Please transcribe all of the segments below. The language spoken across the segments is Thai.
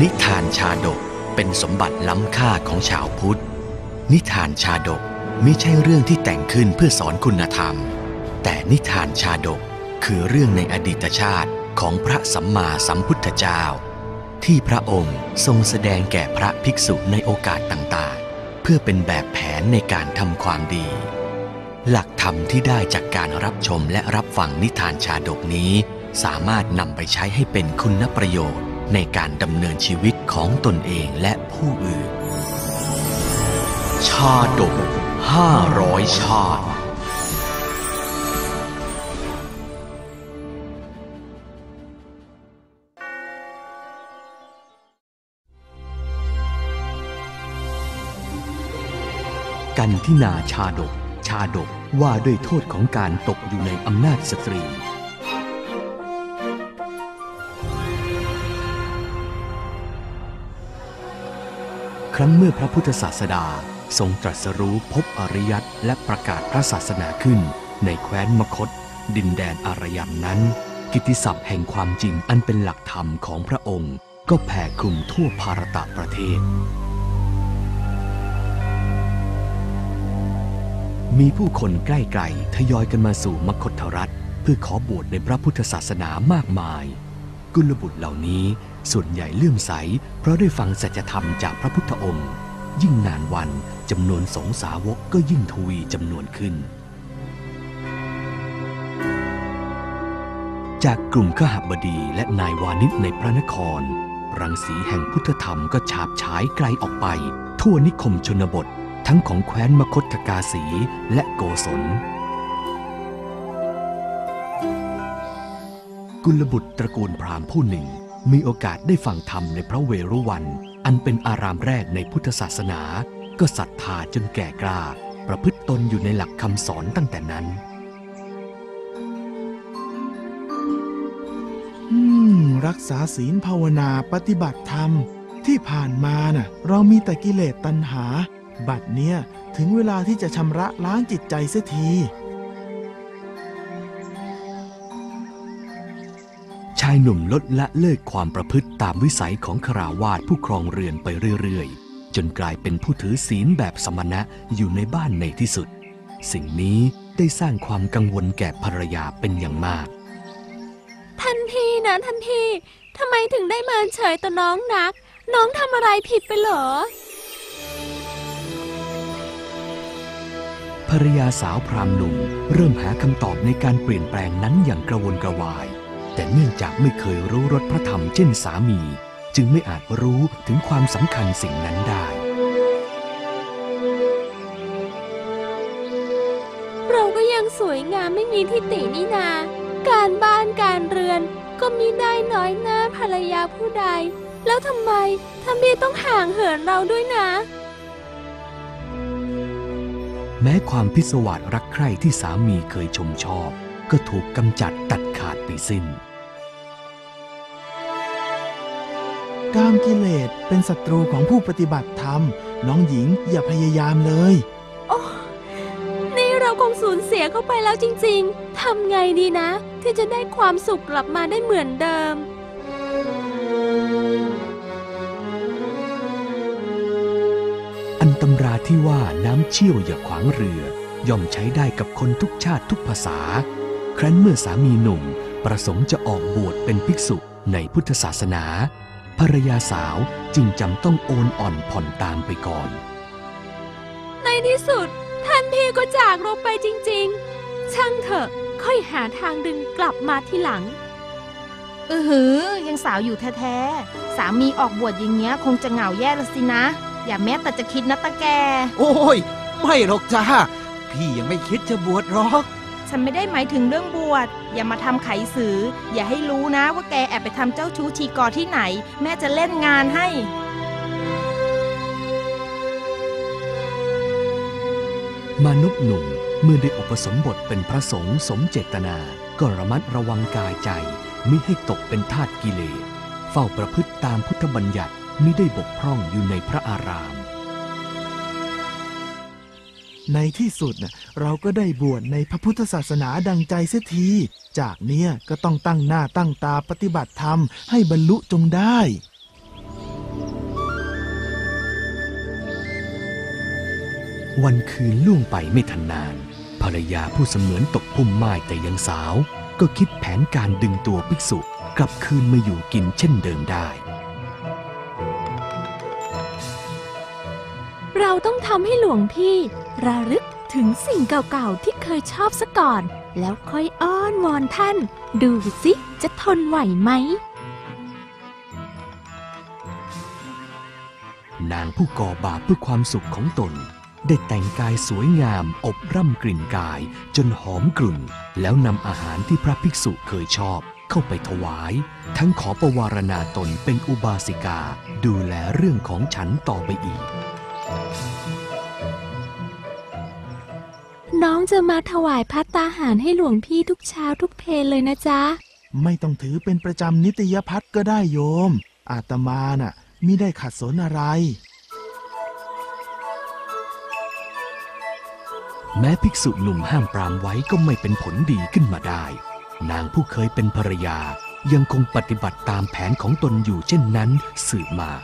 นิทานชาดกเป็นสมบัติล้ำค่าของชาวพุทธนิทานชาดกไม่ใช่เรื่องที่แต่งขึ้นเพื่อสอนคุณธรรมแต่นิทานชาดกคือเรื่องในอดีตชาติของพระสัมมาสัมพุทธเจ้าที่พระองค์ทรงแสดงแก่พระภิกษุในโอกาสต่างๆเพื่อเป็นแบบแผนในการทำความดีหลักธรรมที่ได้จากการรับชมและรับฟังนิทานชาดกนี้สามารถนำไปใช้ให้เป็นคุณประโยชน์ในการดำเนินชีวิตของตนเองและผู้อื่นชาดก500 ชาติกันทินาชาดกชาดกว่าด้วยโทษของการตกอยู่ในอำนาจสตรีครั้งเมื่อพระพุทธศาสดาทรงตรัสรู้พบอริยสัจและประกาศพระศาสนาขึ้นในแคว้นมคธดินแดนอารยันนั้นกิตติศัพท์แห่งความจริงอันเป็นหลักธรรมของพระองค์ก็แผ่คลุมทั่วภารตประเทศมีผู้คนใกล้ๆทยอยกันมาสู่มคธรัฐเพื่อขอบวชในพระพุทธศาสนามากมายกุลบุตรเหล่านี้ส่วนใหญ่เลื่อมใสเพราะได้ฟังสัจธรรมจากพระพุทธองค์ยิ่งนานวันจำนวนสงฆ์สาวกก็ยิ่งทวีจำนวนขึ้นจากกลุ่มขหบดีและนายวานิชในพระนครรังสีแห่งพุทธธรรมก็ฉาบฉายไกลออกไปทั่วนิคมชนบททั้งของแคว้นมคธกาสีและโกศลกุลบุตรตระกูลพราหมณ์ผู้หนึ่งมีโอกาสได้ฟังธรรมในพระเวรุวันอันเป็นอารามแรกในพุทธศาสนาก็ศรัทธาจนแก่กล้าประพฤติตนอยู่ในหลักคำสอนตั้งแต่นั้นรักษาศีลภาวนาปฏิบัติธรรมที่ผ่านมาน่ะเรามีแต่กิเลสตัณหาบัดเนี้ยถึงเวลาที่จะชำระล้างจิตใจเสียทีชายหนุ่มลดละเลิกความประพฤติตามวิสัยของฆราวาสผู้ครองเรือนไปเรื่อยๆจนกลายเป็นผู้ถือศีลแบบสมณะอยู่ในบ้านในที่สุดสิ่งนี้ได้สร้างความกังวลแก่ภรรยาเป็นอย่างมากท่านพี่นะท่านพี่ทำไมถึงได้มาเฉยต่อน้องนักน้องทำอะไรผิดไปเหรอภรรยาสาวพราหมณ์หนุ่มเริ่มหาคำตอบในการเปลี่ยนแปลงนั้นอย่างกระวนกระวายแต่เนื่องจากไม่เคยรู้รสพระธรรมเช่นสามีจึงไม่อาจรู้ถึงความสำคัญสิ่งนั้นได้เราก็ยังสวยงามไม่มีที่ตินี่นาการบ้านการเรือนก็มิได้น้อยหน้าภรรยาผู้ใดแล้วทำไมท่านพี่ต้องห่างเหินเราด้วยนะแม้ความพิศวาสรักใคร่ที่สามีเคยชมชอบก็ถูกกำจัดตัดขาดไปสิ้นกามกิเลสเป็นศัตรูของผู้ปฏิบัติธรรมน้องหญิงอย่าพยายามเลยโอ้นี่เราคงสูญเสียเข้าไปแล้วจริงๆทำไงดีนะที่จะได้ความสุขกลับมาได้เหมือนเดิมอันตำราที่ว่าน้ำเชี่ยวอย่าขวางเรือย่อมใช้ได้กับคนทุกชาติทุกภาษาครั้นเมื่อสามีหนุ่มประสงค์จะออกบวชเป็นภิกษุในพุทธศาสนาภรรยาสาวจึงจำต้องโอนอ่อนผ่อนตามไปก่อนในที่สุดท่านพี่ก็จากเราไปจริงๆช่างเถอะค่อยหาทางดึงกลับมาทีหลังยังสาวอยู่แท้ๆสามีออกบวชอย่างเงี้ยคงจะเหงาแย่ละสินะอย่าแม้แต่จะคิดนะตาแกโอ้ยไม่หรอกจ้าพี่ยังไม่คิดจะบวชหรอกฉันไม่ได้หมายถึงเรื่องบวชอย่ามาทำไขสืออย่าให้รู้นะว่าแกแอบไปทำเจ้าชู้ชีกอที่ไหนแม่จะเล่นงานให้มนุษย์หนุ่มเมื่อได้อุปสมบทเป็นพระสงฆ์สมเจตนาก็ระมัดระวังกายใจมิให้ตกเป็นทาสกิเลสเฝ้าประพฤติตามพุทธบัญญัติมิได้บกพร่องอยู่ในพระอารามในที่สุดเราก็ได้บวชในพระพุทธศาสนาดังใจเสียทีจากเนี้ยก็ต้องตั้งหน้าตั้งตาปฏิบัติธรรมให้บรรลุจงได้วันคืนล่วงไปไม่ทันนานภรรยาผู้เสมือนตกพุ่มไม้แต่ยังสาวก็คิดแผนการดึงตัวภิกษุกลับคืนมาอยู่กินเช่นเดิมได้เราต้องทำให้หลวงพี่ระลึกถึงสิ่งเก่าๆที่เคยชอบซะก่อนแล้วค่อยอ้อนวอนท่านดูสิจะทนไหวไหมนางผู้ก่อบาปเพื่อความสุขของตนได้แต่งกายสวยงามอบร่ำกลิ่นกายจนหอมกลุ่นแล้วนำอาหารที่พระภิกษุเคยชอบเข้าไปถวายทั้งขอประวารณาตนเป็นอุบาสิกาดูแลเรื่องของฉันต่อไปอีกน้องจะมาถวายภัตตาหารให้หลวงพี่ทุกเช้าทุกเพลเลยนะจ๊ะไม่ต้องถือเป็นประจำนิตยพัฒน์ก็ได้โยมอาตมาน่ะมิได้ขัดสนอะไรแม้ภิกษุหนุ่มห้ามปรามไว้ก็ไม่เป็นผลดีขึ้นมาได้นางผู้เคยเป็นภรรยายังคงปฏิบัติตามแผนของตนอยู่เช่นนั้นสืบมา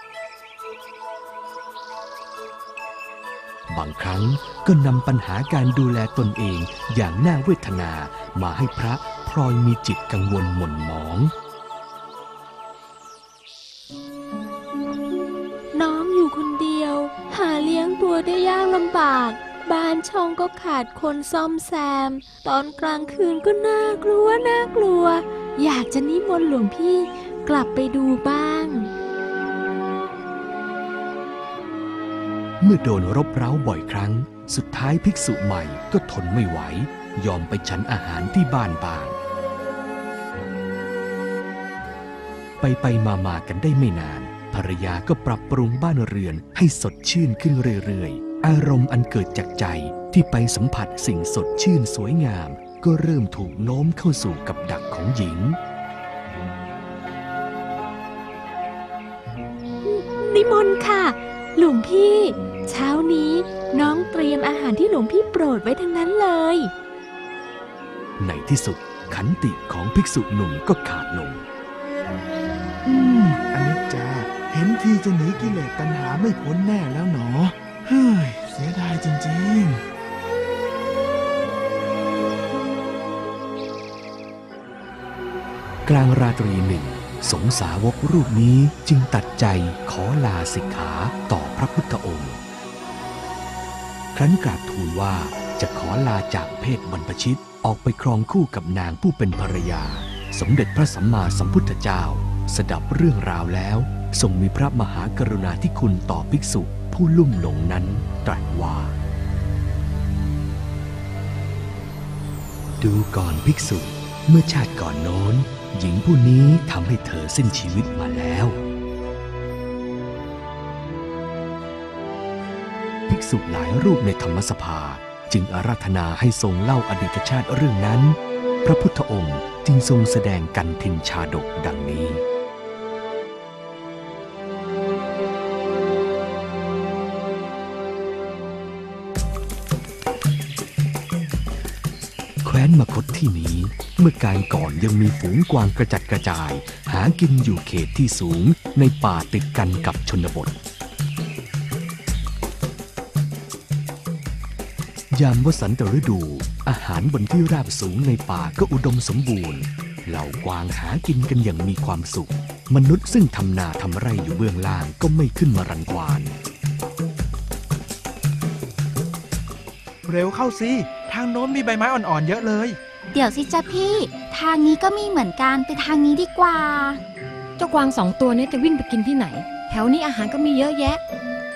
บางครั้งก็นำปัญหาการดูแลตนเองอย่างน่าเวทนามาให้พระพลอยมีจิตกังวลหม่นหมองน้องอยู่คนเดียวหาเลี้ยงตัวได้ยากลำบากบ้านช่องก็ขาดคนซ่อมแซมตอนกลางคืนก็น่ากลัวอยากจะนิมนต์หลวงพี่กลับไปดูบ้างเมื่อโดนรบเร้าบ่อยครั้งสุดท้ายภิกษุใหม่ก็ทนไม่ไหวยอมไปฉันอาหารที่บ้านบางไปมากันได้ไม่นานภรรยาก็ปรับปรุงบ้านเรือนให้สดชื่นขึ้นเรื่อยๆอารมณ์อันเกิดจากใจที่ไปสัมผัสสิ่งสดชื่นสวยงามก็เริ่มถูกโน้มเข้าสู่กับดักของหญิงนิมนต์ค่ะหลวงพี่เช้านี้น้องเตรียมอาหารที่หลวงพี่โปรดไว้ทั้งนั้นเลยในที่สุดขันติของภิกษุหนุ่มก็ขาดลงอนิจจาเห็นทีจะหนีกิเลสตัณหาไม่พ้นแน่แล้วหนอเฮ้ยเสียดายจริงๆกลางราตรีหนึ่งสงฆ์สาวกรูปนี้จึงตัดใจขอลาสิกขาต่อพระพุทธองค์ครั้นกราบทูลว่าจะขอลาจากเพศบรรพชิตออกไปครองคู่กับนางผู้เป็นภรรยาสมเด็จพระสัมมาสัมพุทธเจ้าสดับเรื่องราวแล้วทรงมีพระมหากรุณาธิคุณต่อภิกษุผู้ลุ่มหลงนั้นตรัสว่าดูก่อนภิกษุเมื่อชาติก่อนโน้นหญิงผู้นี้ทำให้เธอสิ้นชีวิตมาแล้วภิกษุหลายรูปในธรรมสภาจึงอาราธนาให้ทรงเล่าอดีตชาติเรื่องนั้นพระพุทธองค์จึงทรงแสดงกันทินชาดกดังนี้แคว้นมคธที่นี้เมื่อการก่อนยังมีฝูงกวางกระจัดกระจายหากินอยู่เขตที่สูงในป่าติดกันกับชนบทยามวสันตฤดูอาหารบนที่ราบสูงในป่าก็อุดมสมบูรณ์เหล่ากวางหากินกันอย่างมีความสุขมนุษย์ซึ่งทำนาทำไร่อยู่เบื้องล่างก็ไม่ขึ้นมารังควานเร็วเข้าสิทางโน้นมีใบไม้อ่อนๆเยอะเลยเดี๋ยวสิจ๊ะพี่ทางนี้ก็มีเหมือนกันไปทางนี้ดีกว่าเจ้ากวาง2 ตัวนี้จะวิ่งไปกินที่ไหนแถวนี้อาหารก็มีเยอะแยะ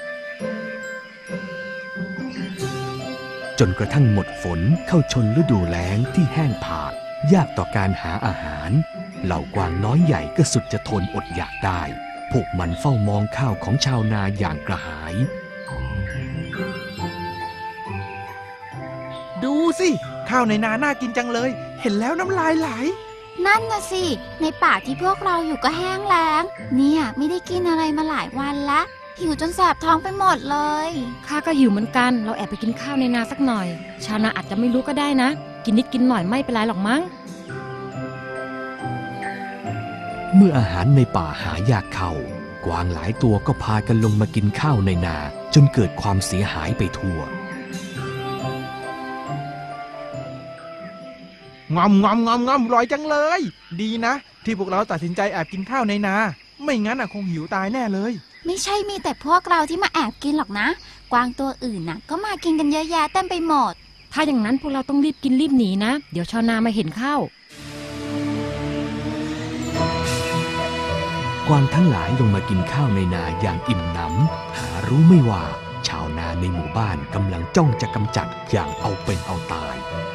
จนกระทั่งหมดฝนเข้าชนฤดูแล้งที่แห้งผากยากต่อการหาอาหารเหล่ากวางน้อยใหญ่ก็สุดจะทนอดอยากได้พวกมันเฝ้ามองข้าวของชาวนาอย่างกระหายดูสิข้าวในนาน่ากินจังเลยเห็นแล้วน้ำลายไหลนั่นน่ะสิในป่าที่พวกเราอยู่ก็แห้งแล้งเนี่ยไม่ได้กินอะไรมาหลายวันละหิวจนแสบท้องไปหมดเลยข้าก็หิวเหมือนกันเราแอบไปกินข้าวในนาสักหน่อยชาวนาอาจจะไม่รู้ก็ได้นะกินนิดกินหน่อยไม่เป็นไรหรอกมั้งเมื่ออาหารในป่าหายากเข้ากวางหลายตัวก็พากันลงมากินข้าวในนาจนเกิดความเสียหายไปทั่วงอมงอมงอมงอมอร่อยจังเลย ดีนะ ที่พวกเราตัดสินใจแอบกินข้าวในนา ไม่งั้นคงหิวตายแน่เลยไม่ใช่มีแต่พวกเราที่มาแอบกินหรอกนะ กวางตัวอื่นน่ะก็มากินกันเยอะแยะเต็มไปหมดถ้าอย่างนั้นพวกเราต้องรีบกินรีบหนีนะ เดี๋ยวชาวนามาเห็นเข้ากวางทั้งหลายลงมากินข้าวในนาอย่างอิ่มหนำหารู้ไม่ว่า ชาวนาในหมู่บ้านกำลังจ้องจะกำจัดอย่างเอาเป็นเอาตาย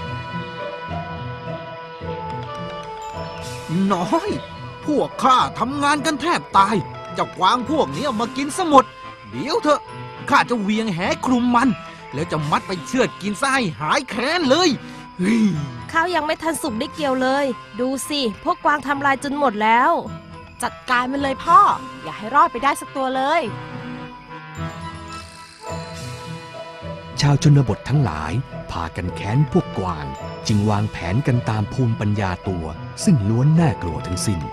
น้อย พวกข้าทำงานกันแทบตายเจ้ากวางพวกนี้เอามากินซะหมด เดี๋ยวเถอะข้าจะเวียงแหคลุมมัน แล้วจะมัดไปเชือดกินซะให้หายแค้นเลยเฮ้ยข้าวยังไม่ทันสุกได้เกี่ยวเลย ดูสิพวกกวางทำลายจนหมดแล้วจัดการมันเลยพ่อ อย่าให้รอดไปได้สักตัวเลยชาวชนบททั้งหลายพากันแค้นพวกกวางจึงวางแผนกันตามภูมิปัญญาตัว ซึ่งล้วนน่ากลัวทั้งสิ้น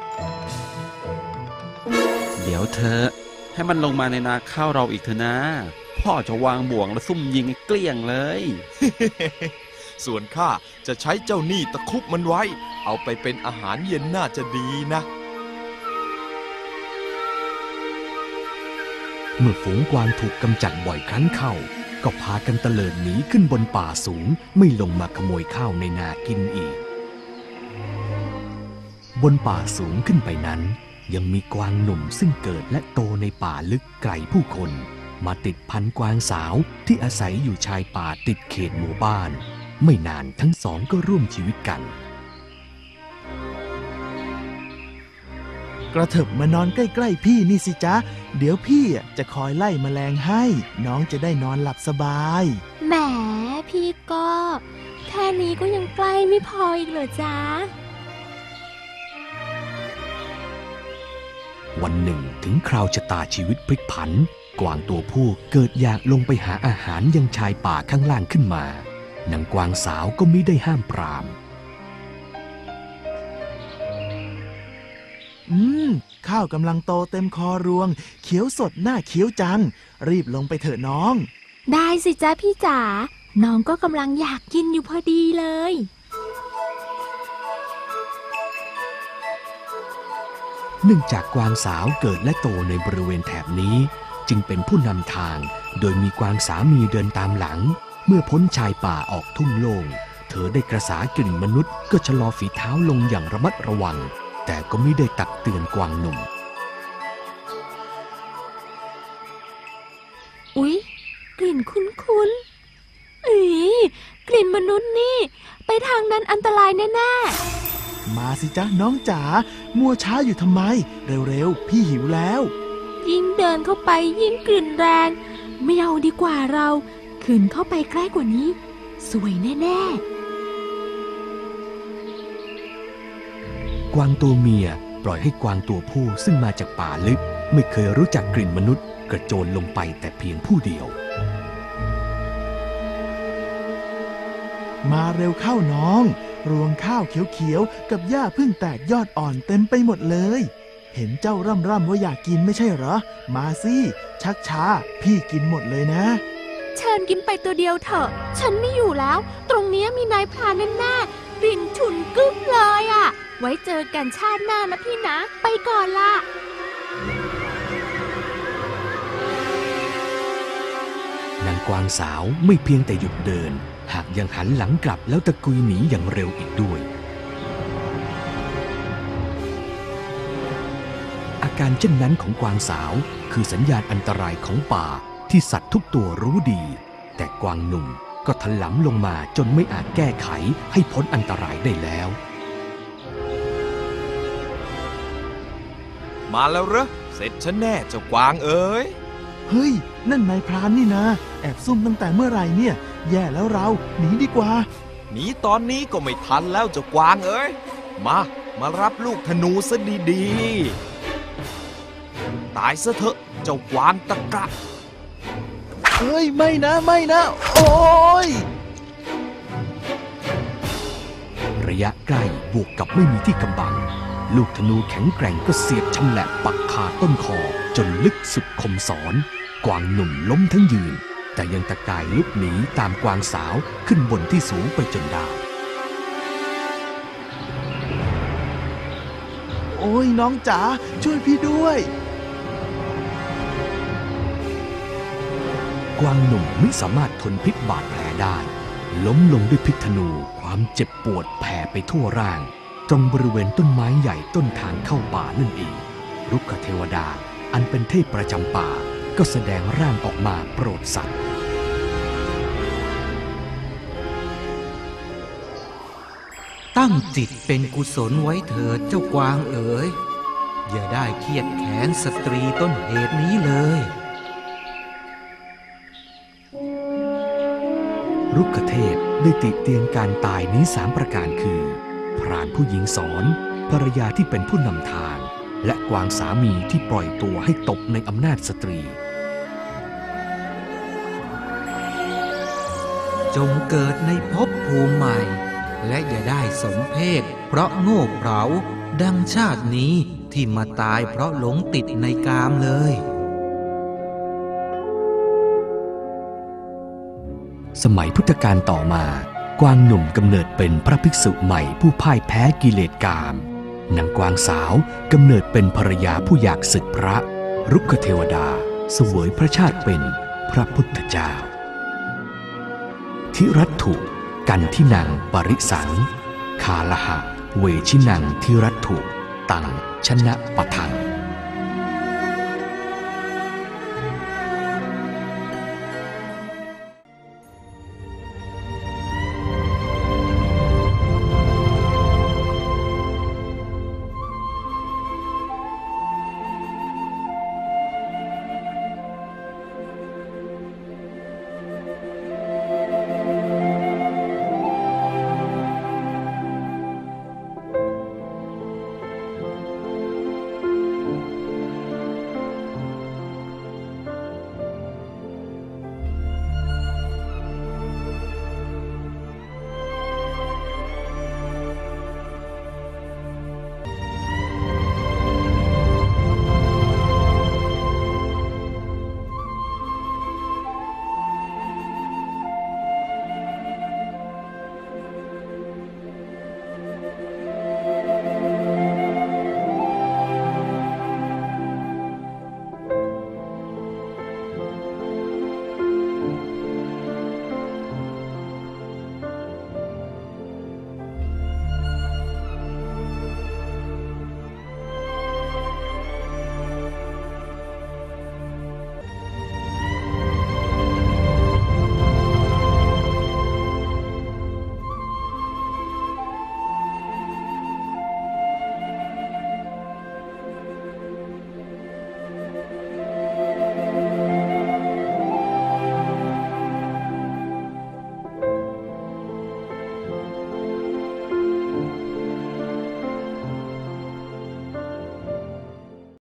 เดี๋ยวเธอให้มันลงมาในนาข้าวเราอีกเถอะนะ พ่อจะวางบ่วงและซุ่มยิงให้เกลี้ยงเลยส่วนข้าจะใช้เจ้าหนี้ตะคุบมันไว้ เอาไปเป็นอาหารเย็นน่าจะดีนะเมื่อฝูงกวางถูกกำจัดบ่อยครั้งเข้าก็พากันเตลิดหนีขึ้นบนป่าสูงไม่ลงมาขโมยข้าวในนากินอีก บนป่าสูงขึ้นไปนั้นยังมีกวางหนุ่มซึ่งเกิดและโตในป่าลึกไกลผู้คนมาติดพันกวางสาวที่อาศัยอยู่ชายป่าติดเขตหมู่บ้านไม่นานทั้งสองก็ร่วมชีวิตกันกระเถิบมานอนใกล้ๆพี่นี่สิจ๊ะ เดี๋ยวพี่จะคอยไล่แมลงให้ น้องจะได้นอนหลับสบายแหมพี่ก็แค่นี้ก็ยังใกล้ไม่พออีกเหรอจ๊ะวันหนึ่งถึงคราวชะตาชีวิตพลิกผันกวางตัวผู้เกิดอยากลงไปหาอาหารยังชายป่าข้างล่างขึ้นมานางกวางสาวก็มิได้ห้ามปรามข้าวกำลังโตเต็มคอรวง เขียวสดหน้าเขียวจัง รีบลงไปเถอะน้องได้สิจ๊ะพี่จ๋า น้องก็กำลังอยากกินอยู่พอดีเลยเนื่องจากกวางสาวเกิดและโตในบริเวณแถบนี้จึงเป็นผู้นำทางโดยมีกวางสามีเดินตามหลังเมื่อพ้นชายป่าออกทุ่งโล่งเธอได้กระสากลิ่นมนุษย์ก็ชะลอฝีเท้าลงอย่างระมัดระวังแต่ก็ไม่ได้ตักเตือนกวางหนุ่มอุ๊ยกลิ่นคุ้นๆกลิ่นมนุษย์นี่ไปทางนั้นอันตรายแน่ๆมาสิจ๊ะน้องจ๋ามัวช้าอยู่ทำไมเร็วๆพี่หิวแล้วยิ่งเดินเข้าไปยิ่งกลิ่นแรงไม่เอาดีกว่าเราขืนเข้าไปใกล้กว่านี้สวยแน่กวางตัวเมียปล่อยให้กวางตัวผู้ซึ่งมาจากป่าลึกไม่เคยรู้จักกลิ่นมนุษย์กระโจนลงไปแต่เพียงผู้เดียวมาเร็วเข้าน้องรวงข้าวเขียวๆกับหญ้าเพิ่งแตกยอดอ่อนเต็มไปหมดเลย เห็นเจ้าร่ำว่าอยากกินไม่ใช่เหรอมาสิชักช้าพี่กินหมดเลยนะๆเชิญกินไปตัวเดียวเถอะฉันไม่อยู่แล้วตรงนี้มีนายพรานแน่ๆกลิ่นฉุนกึ้งเลยอ่ะไว้เจอกันชาติหน้านะพี่นะไปก่อนละนางกวางสาวไม่เพียงแต่หยุดเดินหากยังหันหลังกลับแล้วตะกุยหนีอย่างเร็วอีกด้วยอาการเช่นนั้นของกวางสาวคือสัญญาณอันตรายของป่าที่สัตว์ทุกตัวรู้ดีแต่กวางหนุ่มก็ถลำลงมาจนไม่อาจแก้ไขให้พ้นอันตรายได้แล้วมาแล้วเหรอเสร็จฉันแน่เจ้ากวางเอ๋ยเฮ้ยนั่นนายพรานนี่นะแอบซุ่มตั้งแต่เมื่อไหร่เนี่ยแย่แล้วเราหนีดีกว่าหนีตอนนี้ก็ไม่ทันแล้วเจ้ากวางเอ๋ยมารับลูกธนูซะดีๆตายซะเถอะเจ้ากวางตะกะเฮ้ยไม่นะโอ้ยระยะใกล้บวกกับไม่มีที่กำบังลูกธนูแข็งแกร่งก็เสียบชำแหละปักคาต้นคอจนลึกสุดคมสอนกวางหนุ่มล้มทั้งยืนแต่ยังตะกายลุกหนีตามกวางสาวขึ้นบนที่สูงไปจนได้โอ้ยน้องจ๋าช่วยพี่ด้วยกวางหนุ่มไม่สามารถทนพิษบาดแผลได้ล้มลงด้วยพิษธนูความเจ็บปวดแผ่ไปทั่วร่างตรงบริเวณต้นไม้ใหญ่ต้นทางเข้าป่านั่นเองรุกขเทวดาอันเป็นเทพประจำป่าก็แสดงร่างออกมาโปรดสัตว์ตั้งจิตเป็นกุศลไว้เถิดเจ้ากวางเอ๋ยอย่าได้เคียดแค้นสตรีต้นเหตุนี้เลยรุกขเทพได้ติเตียนการตายนี้3ประการคือพรานผู้หญิงสอนภรรยาที่เป็นผู้นำทางและกวางสามีที่ปล่อยตัวให้ตกในอำนาจสตรีจงเกิดในภพภูมิใหม่และอย่าได้สมเพศเพราะโง่เขลาดังชาตินี้ที่มาตายเพราะหลงติดในกามเลยสมัยพุทธกาลต่อมากวางหนุ่มกำเนิดเป็นพระภิกษุใหม่ผู้พ่ายแพ้กิเลสกามนางกวางสาวกำเนิดเป็นภรรยาผู้อยากศึกพระรุกขเทวดาเสวยพระชาติเป็นพระพุทธเจ้าทิรัตถุกันทินังปริสังคาลหะเวชินังทิรัตถุตังชนะปะทัง